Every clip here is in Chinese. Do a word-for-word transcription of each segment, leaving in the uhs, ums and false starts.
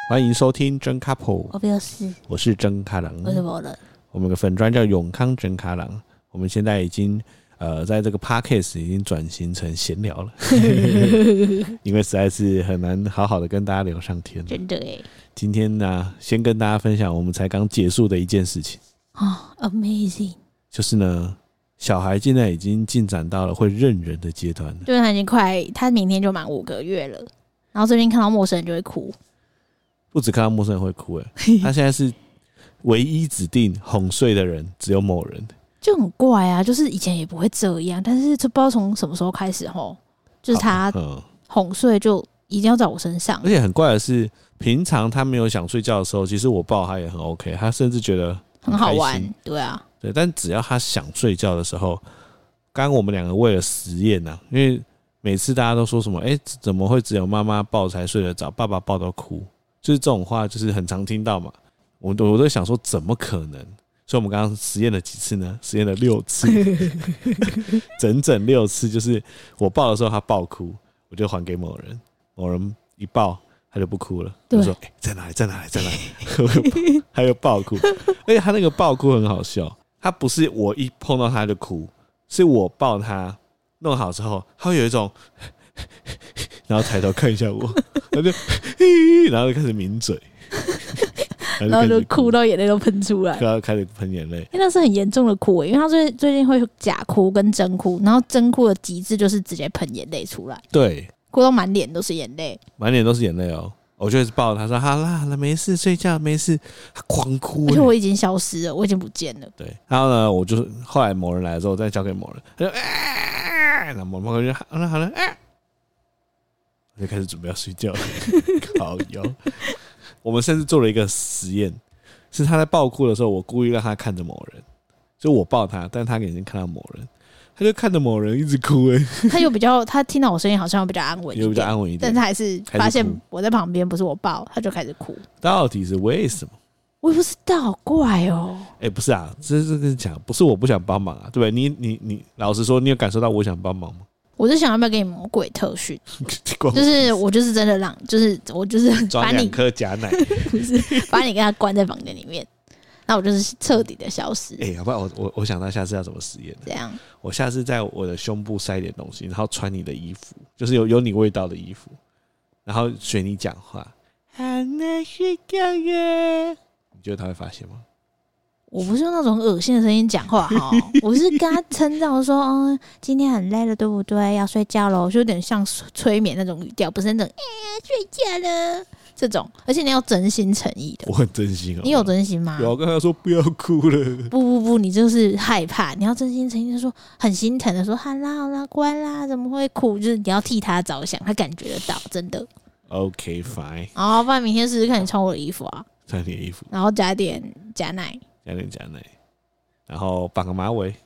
欢迎收听真 couple， 我表示我是真卡郎， 我是某人。 我们有个粉专叫永康真卡郎，我们现在已经呃在这个 podcast 已经转型成闲聊了，因为实在是很难好好的跟大家聊上天。 真的耶！ 今天呢，先跟大家分享我们才刚结束的一件事情哦 ，amazing， 就是呢，小孩现在已经进展到了会认人的阶段了， 就是他已经快，他明天就满五个月了，然后最近看到陌生人就会哭。 不只看到陌生人会哭，他现在是唯一指定哄睡的人只有某人， 就很怪啊，就是以前也不会这样，但是就不知道从什么时候开始吼，就是他哄睡就一定要在我身上。 而且很怪的是，平常他没有想睡觉的时候，其实我抱他也很 OK， 他甚至觉得 很, 很好玩，对啊， 对。但只要他想睡觉的时候，刚刚我们两个为了实验啊，因为每次大家都说什么，哎、欸，怎么会只有妈妈抱才睡得着，爸爸抱都哭，就是这种话，就是很常听到嘛。我都我都想说，怎么可能？所以我们刚刚实验了几次呢？实验了六次，整整六次，就是我抱的时候他爆哭，我就还给某人，某人一抱他就不哭了，就说、欸、在哪里，在哪里，在哪里，他又爆哭，而且他那个爆哭很好笑，他不是我一碰到他就哭，是我抱他弄好之后，他会有一种。然后抬头看一下我，然后就，然后就开始抿嘴， 然后就哭到眼泪都喷出来， 然后开始喷眼泪。 因为那是很严重的哭，因为他最最近会假哭跟真哭，然后真哭的极致就是直接喷眼泪出来， 对， 哭到满脸都是眼泪， 满脸都是眼泪哦。我就抱他说：“好啦，好啦，没事，睡觉没事。”他狂哭， 而且我已经消失了，我已经不见了。 对，然后呢，我就是后来某人来的时候，再交给某人，他就，啊、然后某人就好了，好了，啊。就开始准备要睡觉了，靠腰。我们甚至做了一个实验，是他在爆哭的时候，我故意让他看着某人，就我抱他，但是他眼睛看到某人，他就看着某人一直哭、欸。他有比较，他听到我声音好像比较安稳一点， 有比较安稳一点， 但是还是发现我在旁边，不是我抱，他就开始哭。 到底是为什么？ 我也不知道，好怪哦。 哎、欸，不是啊，这是跟你讲，不是我不想帮忙啊，对不对？你你你，老实说，你有感受到我想帮忙吗？ 我是想要不要给你魔鬼特训，就是我就是真的让，就是我就是把你装两颗假奶， 不是把你跟他关在房间里面，那我就是彻底的消失。 哎、欸，要不然我我我想到下次要怎么实验？ 这样， 我下次在我的胸部塞一点东西，然后穿你的衣服，就是有有你味道的衣服，然后学你讲话，好难睡觉耶。你觉得他会发现吗？ 我不是用那种恶心的声音讲话哈，我是跟他称赞我说，哦，今天很累了，对不对？要睡觉了，就有点像催眠那种语调，不是那种哎呀睡觉了这种，而且你要真心诚意的。 我很真心哦， 你有真心吗？ 有，我跟他说不要哭了。 不不不，你就是害怕，你要真心诚意的说，很心疼的说，好啦好啦，乖啦，怎么会哭？就是你要替他着想，他感觉得到，真的。 OK fine。 好，不然明天试试看，你穿我的衣服啊， 穿你的衣服， 然后加点假奶。 加点假奶，然后绑个马尾。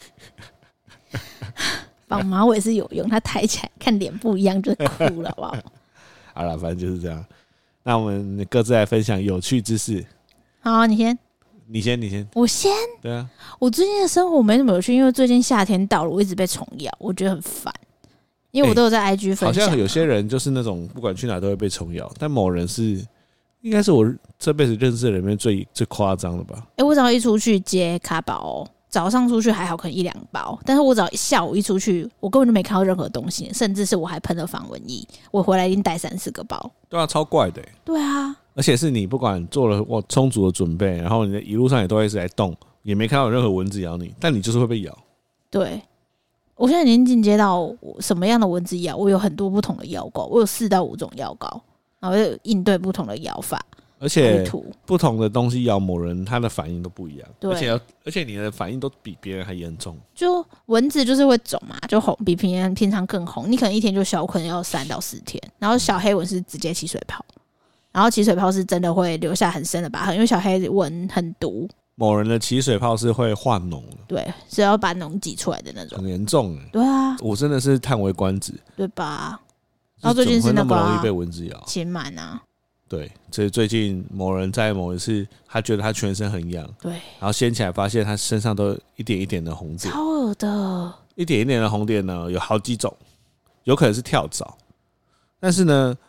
绑马尾是有用，它抬起来看脸不一样就哭了，好不好？ 好了，反正就是这样。那我们各自来分享有趣知识。 好，你先， 你先，你先， 我先。 对啊， 我最近的生活没那么有趣，因为最近夏天到了，我一直被虫咬，我觉得很烦。因为我都有在 I G 分享、欸， 好像有些人就是那种不管去哪都会被虫咬，但某人是。应该是我这辈子认识的人里面最最夸张的吧？ 哎、欸，我只要一出去接卡宝、哦，早上出去还好，可能一两包，但是我只要下午一出去，我根本就没看到任何东西，甚至是我还喷了防蚊液，我回来已经带三四个包。 对啊，超怪的、欸。 对啊， 而且是你不管做了我充足的准备，然后你的一路上也都会一直在动，也没看到有任何蚊子咬你，但你就是会被咬。 对，我现在已经进阶到什么样的蚊子咬，我有很多不同的药膏，我有四到五种药膏。然后就应对不同的咬法， 而且不同的东西咬某人，他的反应都不一样。 对， 而且而且你的反应都比别人还严重。 就蚊子就是会肿嘛，就红，比平常平常更红。你可能一天就消，可能要三到四天。然后小黑蚊是直接起水泡，然后起水泡是真的会留下很深的疤痕，因为小黑蚊很毒。 某人的起水泡是会化脓的， 对，是要把脓挤出来的那种， 很严重哎。 对啊， 我真的是叹为观止， 对吧？然后最近是那个、啊、 怎么会那么容易被蚊子咬？ 禽螨啊， 对，所以最近某人在某一次，他觉得他全身很痒， 对， 然后掀起来发现他身上都有一点一点的红点， 超恶的， 一点一点的红点呢，有好几种，有可能是跳蚤，但是呢，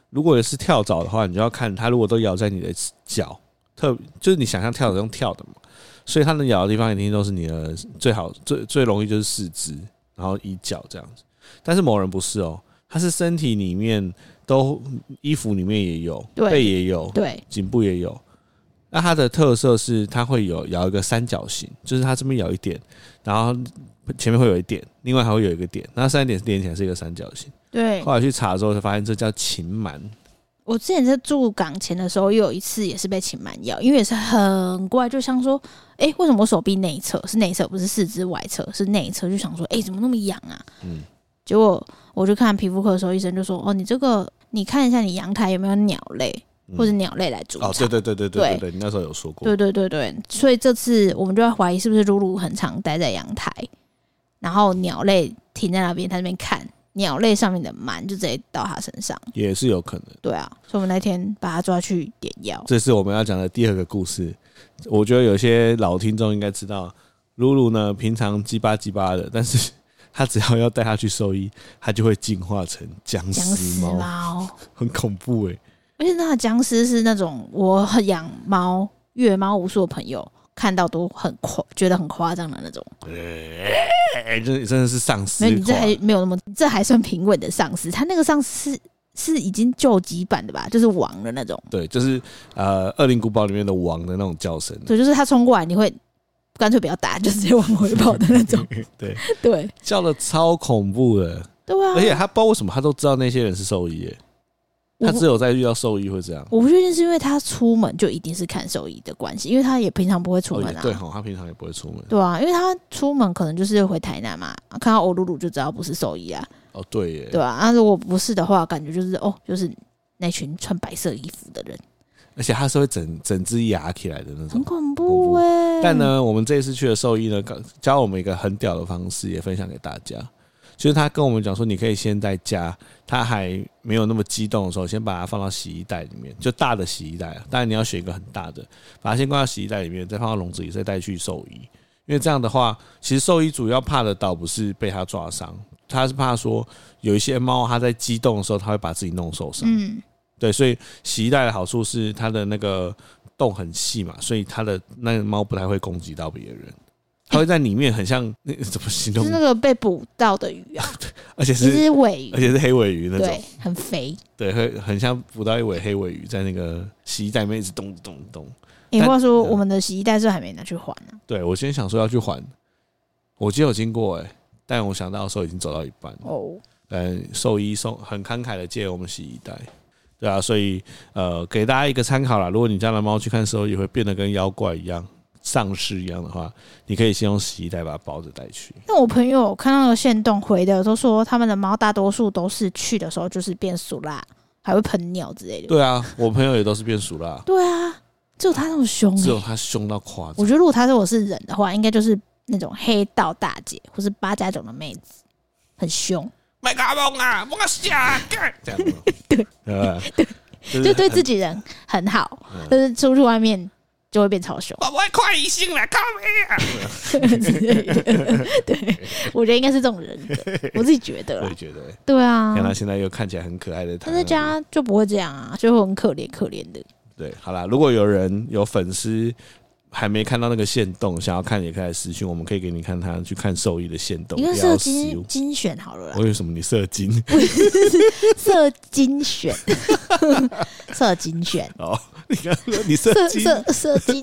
如果是跳蚤的话，你就要看它如果都咬在你的脚，特就是你想象跳蚤用跳的嘛，所以它能咬的地方一定都是你的最好最最容易就是四肢，然后以脚这样子。但是某人不是哦，他是身体里面都衣服里面也有，背也有， 对， 颈部也有。那它的特色是它会有咬一个三角形，就是它这边咬一点，然后前面会有一点，另外还会有一个点，那三点连起来是一个三角形。 对， 后来去查之后才发现这叫禽螨。 我之前在住港前的时候，又有一次也是被禽螨咬，因为也是很怪，就想说，哎、欸，为什么我手臂内侧是内侧，不是四肢外侧是内侧？就想说，哎、欸，怎么那么痒啊？嗯，结果我就看皮肤科的时候，医生就说，哦，你这个你看一下你阳台有没有鸟类。或者鸟类来筑巢、嗯、 哦，对对对对对对对，你那时候有说过。 对对对对，所以这次我们就要怀疑是不是露露很常待在阳台，然后鸟类停在那边，他那边看鸟类上面的螨就直接到他身上， 也是有可能。 对啊，所以我们那天把他抓去点药。 这是我们要讲的第二个故事。我觉得有些老听众应该知道，露露呢平常鸡巴鸡巴的，但是他只要要带他去兽医，他就会进化成僵尸猫，很恐怖哎、欸。 而且那个僵尸是那种我养猫、阅猫无数的朋友看到都很夸，觉得很夸张的那种。 哎，这真的是丧尸。 没有，你这还没有那么，这还算平稳的丧尸。他那个丧尸是是已经救急版的吧？就是王的那种。 对，就是呃，《恶灵古堡》里面的王的那种叫声。 对，就是他冲过来，你会干脆不要打，就直接往回跑的那种。 对对， 叫的超恐怖的。 对啊， 而且他不知道为什么他都知道那些人是兽医耶。他只有在遇到兽医会这样， 我不确定是因为他出门就一定是看兽医的关系，因为他也平常不会出门啊。 哦、对哈，他平常也不会出门。 对啊，因为他出门可能就是回台南嘛，看到欧露露就知道不是兽医啊。 哦，对耶， 对啊，那、啊、如果不是的话，感觉就是哦，就是那群穿白色衣服的人， 而且他是会整整只牙起来的那种， 很恐怖哎、欸。 但呢，我们这一次去的兽医呢，教我们一个很屌的方式，也分享给大家。就是他跟我们讲说，你可以先在家，他还没有那么激动的时候，先把它放到洗衣袋里面，就大的洗衣袋。当然你要选一个很大的，把它先关到洗衣袋里面，再放到笼子里，再带去兽医。因为这样的话，其实兽医主要怕的倒不是被他抓伤，他是怕说有一些猫它在激动的时候，它会把自己弄受伤。嗯，对，所以洗衣袋的好处是它的那个洞很细嘛，所以它的那个猫不太会攻击到别人。它会在里面很像那怎么形容？ 就是那个被捕到的鱼啊， 而且是尾鱼， 而且是黑尾鱼那种， 对，很肥， 对，会很像捕到一尾黑尾鱼在那个洗衣袋里面一直动动动。 你话说我们的洗衣袋是还没拿去还呢、啊？ 对，我今天想说要去还，我今天有经过哎、欸，但我想到的时候已经走到一半哦。嗯，兽医送很慷慨的借我们洗衣袋，对啊，所以呃，给大家一个参考啦。如果你家的猫去看兽医会变得跟妖怪一样。丧尸一样的话，你可以先用洗衣袋把它包着带去。 因为我朋友看到那个限动回的都说，他们的猫大多数都是去的时候就是变熟辣，还会喷尿之类的。 对啊，我朋友也都是变熟辣。 对啊，只有他那么凶、欸， 只有他凶到夸张。 我觉得如果他是我是人的话，应该就是那种黑道大姐或是八加九的妹子，很凶。 麦卡蒙啊，我下干这样。 对对，就对自己人很好，嗯、但是出去外面。就会变超凶， 我不会快一星了，靠北啊！对，我觉得应该是这种人的，我自己觉得啦。 我也觉得， 对啊。 看他现在又看起来很可爱的他， 他在家就不会这样啊，就会很可怜可怜的。 对，好啦，如果有人有粉丝还没看到那个限动，想要看也可以来私讯，我们可以给你看他去看兽医的限动。 你看射精精选好了啦。 我有什么？你射精？ 射精选，射精选。 哦。你刚说你射精， 射射精，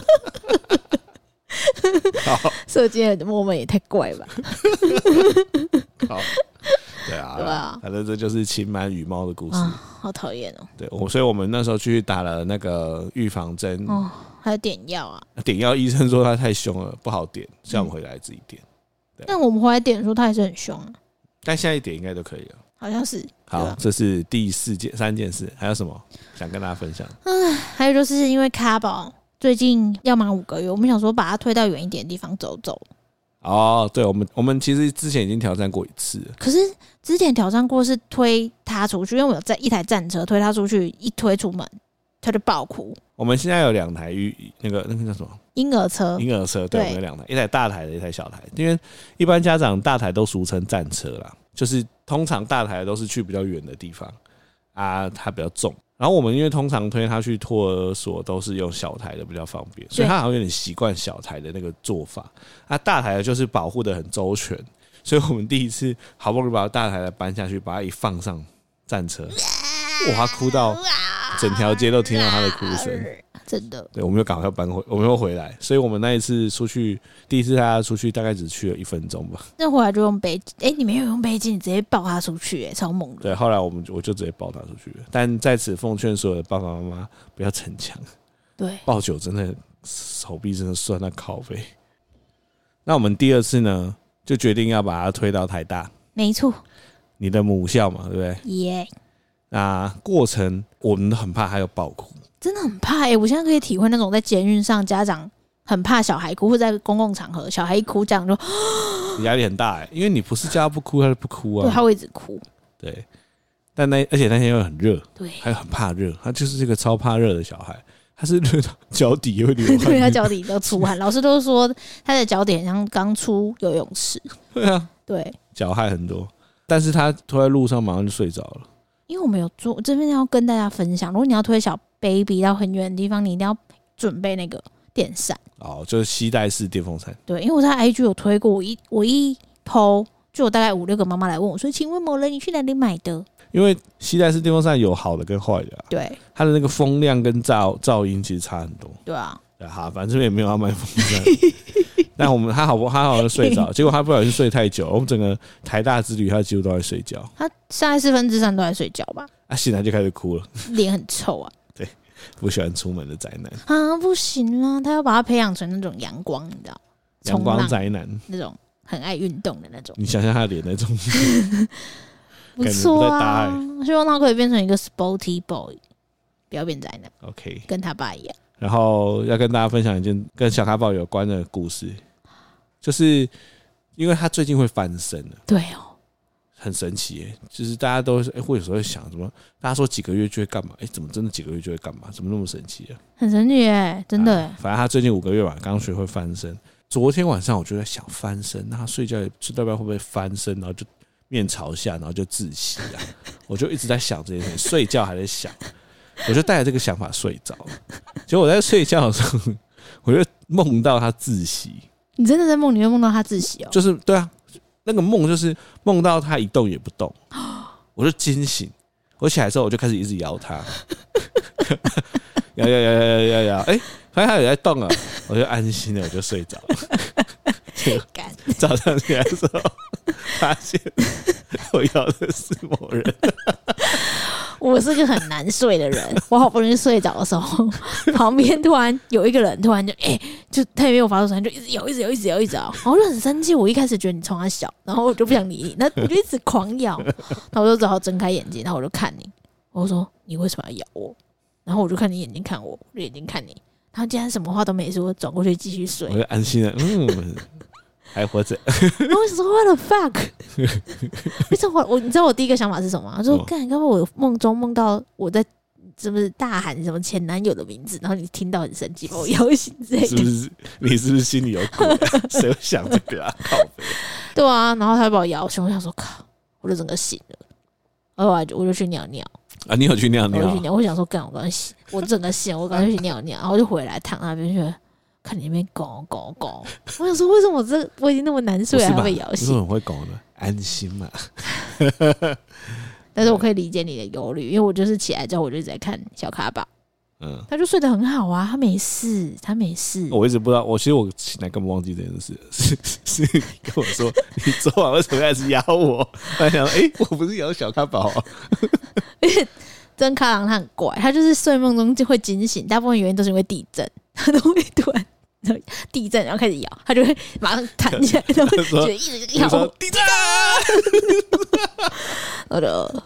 射精的默默也太怪吧？ 好，对啊， 对啊， 反正这就是禽螨与猫的故事，啊、 好讨厌哦。 对，我所以我们那时候去打了那个预防针， 哦，还有点药啊。 点药医生说他太凶了，不好点，叫我们回来自己点。 嗯、但我们回来点的时候，他还是很凶啊。 但现在一点应该都可以了。 好像是。 好，这是第四件三件事，还有什么想跟大家分享？ 嗯，还有就是因为卡宝最近要满五个月，我们想说把它推到远一点的地方走走。 哦，对，我们我们其实之前已经挑战过一次了， 可是之前挑战过是推他出去，因为我有在一台战车推他出去，一推出门他就爆哭。 我们现在有两台那个那个叫什么婴儿车？ 婴儿车，对，我们有两台，一台大台的，一台小台。因为一般家长大台都俗称战车啦。就是通常大台都是去比较远的地方， 啊，他比较重。然后我们因为通常推他去托儿所都是用小台的比较方便，所以他好像有点习惯小台的那个做法。啊，大台的就是保护的很周全，所以我们第一次好不容易把大台的搬下去，把他一放上战车，哇，他哭到整条街都听到他的哭声。 真的， 对，我们就赶快搬回，我们又回来，所以我们那一次出去，第一次带他出去，大概只去了一分钟吧。 那回来就用背，哎、欸，你没有用背巾，你直接抱他出去、欸，超猛的。 对，后来我们我就直接抱他出去了。但在此奉劝所有的爸爸妈妈不要逞强， 对， 抱久真的手臂真的酸到靠背。那我们第二次呢，就决定要把他推到台大， 没错， 你的母校嘛，对不对？ 耶、yeah 。 那过程我们都很怕他有爆哭。 真的很怕哎、欸！我现在可以体会那种在捷运上家长很怕小孩哭，或者在公共场合小孩一哭，这样就压力很大哎、欸，因为你不是叫他不哭，他就不哭啊， 对，他会一直哭。 对，但那而且那天又很热， 对， 还很怕热，他就是这个超怕热的小孩，他是热到脚底也会流汗， 对，他脚底都出汗，老师都说他的脚底很像刚出游泳池。 对啊， 对， 脚汗很多，但是他拖在路上马上就睡着了。 因为我们有做这边要跟大家分享，如果你要推小 baby 到很远的地方，你一定要准备那个电扇哦，就是吸带式电风扇。 对，因为我在 I G 有推过，我一我一 po 就有大概五六个妈妈来问我说：“请问某人你去哪里买的？”因为吸带式电风扇有好的跟坏的、啊， 对， 它的那个风量跟噪噪音其实差很多。 对啊， 对哈，反正这边也没有要卖风扇。但我们他好不他好像睡着，结果他不小心睡太久，我们整个台大之旅他几乎都在睡觉。 他大概四分之三都在睡觉吧。 啊，醒来就开始哭了， 脸很臭啊。 对，不喜欢出门的宅男啊，不行啦，他要把他培养成那种阳光，你知道， 阳光宅男那种很爱运动的那种。 你想想他的脸那种， 不错啊， 欸、 希望他可以变成一个 sporty boy， 不要变宅男。 OK， 跟他爸一样。 然后要跟大家分享一件跟小卡宝有关的故事，就是因为他最近会翻身了。 对哦， 很神奇耶、欸！就是大家都会、欸、有时候会想，怎么大家说几个月就会干嘛？哎、欸，怎么真的几个月就会干嘛？怎么那么神奇啊？ 很神奇耶、欸，真的、欸啊。 反正他最近五个月吧，刚学会翻身。昨天晚上我就在想翻身，那他睡觉睡到一半会不会翻身，然后就面朝下，然后就窒息啊？我就一直在想这件事情，睡觉还在想。我就带着这个想法睡着，结果我在睡觉的时候，我就梦到他窒息。 你真的在梦里面梦到他窒息哦？ 就是对啊，那个梦就是梦到他一动也不动，我就惊醒。我起来之后，我就开始一直摇他，摇摇摇摇摇摇摇，哎，发现他有在动啊，我就安心了，我就睡着了。早上起来的时候，发现我摇的是某人。 我是个很难睡的人，我好不容易睡着的时候，旁边突然有一个人突然就哎、欸，就他也没有发出声音，就一直摇，一直摇，一直摇，一直摇，然后我就很生气。我一开始觉得你冲他笑，然后我就不想理你，那我就一直狂摇，然后我就只好睁开眼睛，然后我就看你，我说你为什么要咬我？然后我就看你眼睛看我，我就眼睛看你，然后竟然什么话都没说，我转过去继续睡， 我就安心了，嗯。还活着， 然后我说 What the fuck？ 为什么我？你知道我第一个想法是什么？我说干，刚刚我梦中梦到我在是不是大喊什么前男友的名字，然后你听到很生气，把我摇醒之类的。 是不是？你是不是心里有鬼、啊？谁会想这个啊？靠北。 对啊，然后他把我摇醒，我想说靠，我就整个醒了，然后我就我就去尿尿啊，你有去尿尿？ 我去尿，我想说干，我刚醒，我整个醒，我刚去尿尿，然后就回来躺那边去。看你那边搞搞搞，我想说为什么我这我已经那么难睡还被摇醒？ 你很会搞的，安心嘛。 但是我可以理解你的忧虑，因为我就是起来之后我就一直在看小卡宝，嗯，他就睡得很好啊，他没事，他没事。 我一直不知道，我其实我醒来根本忘记这件事，是是你跟我说你昨晚为什么开始咬我？我还想说，哎、欸，我不是咬小卡宝、啊。 真卡郎他很怪，他就是睡梦中就会惊醒，大部分原因都是因为地震，他都会突然地震然后开始摇，他就会马上弹起来，然后就一直摇地震， 我的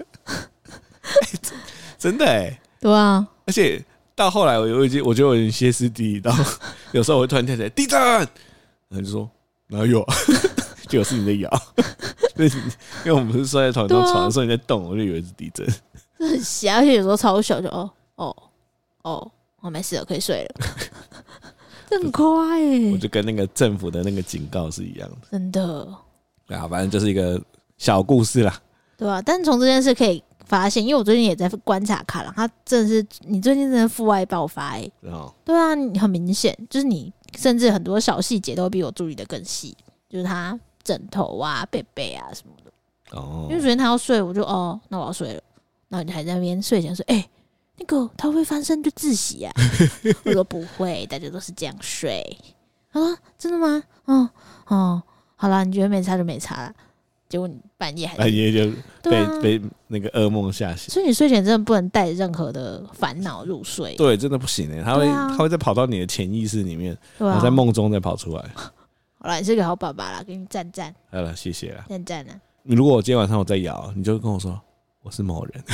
真的哎、欸， 对啊， 而且到后来我已经我觉得我已经歇斯底里到，有时候我会突然跳起来地震，然后就说哪有、啊，就有事情在摇，因为我们不是睡在同一张床，所以你在动，我就以为是地震。 很瞎，而且有时候超小就哦哦哦，我没事了，可以睡了，这很快哎！ 我就跟那个政府的那个警告是一样的， 真的。 对啊，反正就是一个小故事啦。 对啊，但从这件事可以发现，因为我最近也在观察卡郎，他真的是你最近真的父爱爆发哎、欸哦， 对啊，你很明显，就是你甚至很多小细节都比我注意的更细，就是他枕头啊、被被啊什么的。 哦， 因为昨天他要睡，我就哦，那我要睡了，然后你还在那边睡前说，哎、欸，那个他会翻身就窒息啊？我说不会，大家都是这样睡。他说真的吗？哦哦，好啦，你觉得没差就没差啦。结果你半夜还半夜就被、 啊、 被那个噩梦吓醒， 所以你睡前真的不能带任何的烦恼入睡。 对，真的不行哎、欸，他会、 啊、 他会再跑到你的潜意识里面， 对啊、 然后在梦中再跑出来。 好啦，你是个好爸爸啦，给你赞赞。 好了，谢谢啦， 赞赞啊！ 你如果我今天晚上我再摇，你就跟我说我是某人，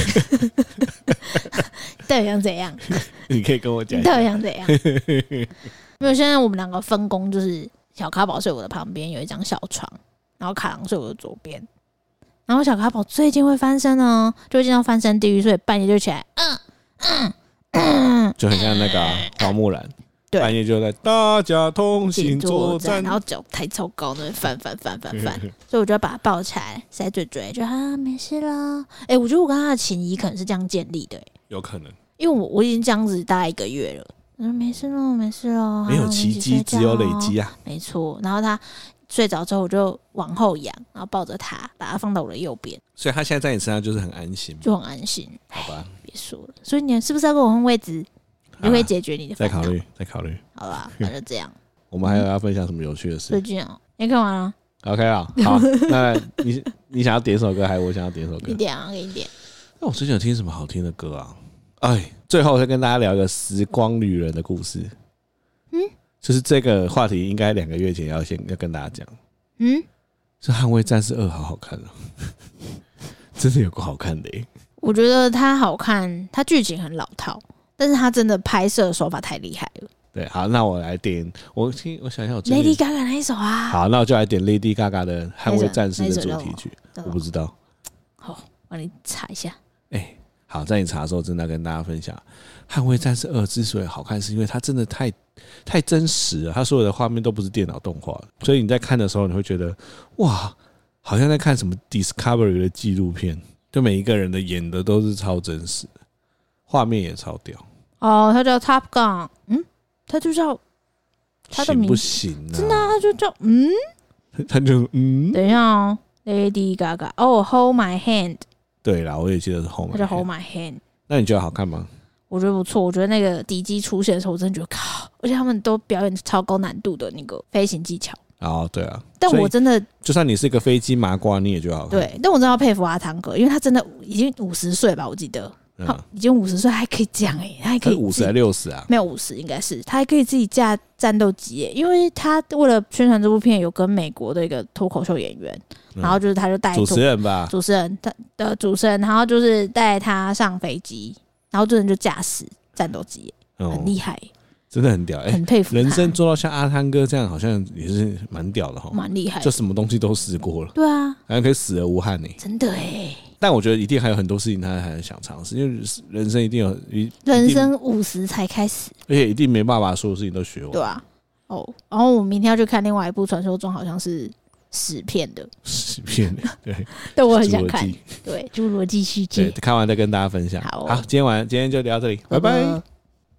到底想怎样？ 你可以跟我讲， 你到底想怎样？因为现在我们两个分工就是小咖宝睡我的旁边有一张小床，然后卡郎睡我的左边。然后小咖宝最近会翻身哦，就会进到翻身地狱，所以半夜就起来，嗯嗯嗯， 就很像那个、啊、花木兰， 对， 半夜就在大家同行作战， 然后脚抬超高，那翻翻翻翻翻，所以我就要把他抱起来，塞嘴嘴，就啊没事啦。哎、欸，我觉得我跟他的情谊可能是这样建立的、欸， 有可能， 因为我我已经这样子大概一个月了，我说没事咯，没事咯， 没有奇迹，只有累积啊， 没错。然后他睡着之后，我就往后仰，然后抱着他，把他放到我的右边， 所以他现在在你身上就是很安心， 就很安心。 好吧， 别说了，所以你是不是要跟我换位置？你就可以解决你的烦恼。 再考虑，再考虑。 好吧，那就这样。 我们还有要分享什么有趣的事？ 最近啊，你看完了 ？OK 啊，好，那你你想要点首歌，还是我想要点首歌？ 你点啊，给你点。 那我最近有听什么好听的歌啊？哎，最后再跟大家聊一个时光旅人的故事。嗯，就是这个话题，应该两个月前要先要跟大家讲。嗯，这《捍卫战士二》好好看啊，真的有够好看的耶！ 我觉得它好看，它剧情很老套，但是它真的拍摄手法太厉害了。 对，好，那我来点，我听，我想一下，我 Lady Gaga 那一首啊。 好，那我就来点 Lady Gaga 的《捍卫战士》的主题曲。我不知道， 好，帮你查一下。 哎、欸，好，在你查的时候，真的要跟大家分享，《捍卫战士二》之所以好看，是因为它真的太太真实了，它所有的画面都不是电脑动画，所以你在看的时候，你会觉得哇，好像在看什么 Discovery 的纪录片，就每一个人的演的都是超真实的，画面也超屌。 哦，它叫 Top Gun， 嗯，它就叫它的名字不行啊？ 真的、啊，它就叫嗯， 它就嗯， 等一下哦 ，Lady Gaga， 哦、oh, ，Hold My Hand， 对啦，我也记得是 Hold My Hand， 它叫 Hold My Hand。 那你觉得好看吗？ 我觉得不错，我觉得那个敌机出现的时候，我真的觉得靠，而且他们都表演超高难度的那个飞行技巧。 哦，对啊， 但我真的就算你是一个飞机麻瓜，你也觉得好看。 对，但我真的要佩服阿汤哥，因为他真的已经五十岁吧，我记得，嗯、好，已经五十岁还可以这样哎、欸，他还可以五十还六十啊？ 没有五十，应该是他还可以自己驾战斗机、欸，因为他为了宣传这部片，有跟美国的一个脱口秀演员，嗯、然后就是他就带主持人吧， 主持人他的主持人，然后就是带他上飞机，然后这人就驾驶战斗机、欸，很厉害、欸。 真的很屌，欸、 很佩服他。 人生做到像阿汤哥这样，好像也是蛮屌的哈， 蛮厉害， 就什么东西都试过了。 对啊， 好像可以死而无憾呢、欸。 真的哎、欸。 但我觉得一定还有很多事情他还想尝试，因为人生一定有一人生五十才开始， 而且一定没办法所有事情都学完。 对啊，哦，然后我明天要去看另外一部传说中好像是屎片的， 屎片的，对， 但我很想看。对，侏罗纪续集， 对，看完再跟大家分享。 好、哦， 好，今天晚今天就聊到这里，拜拜。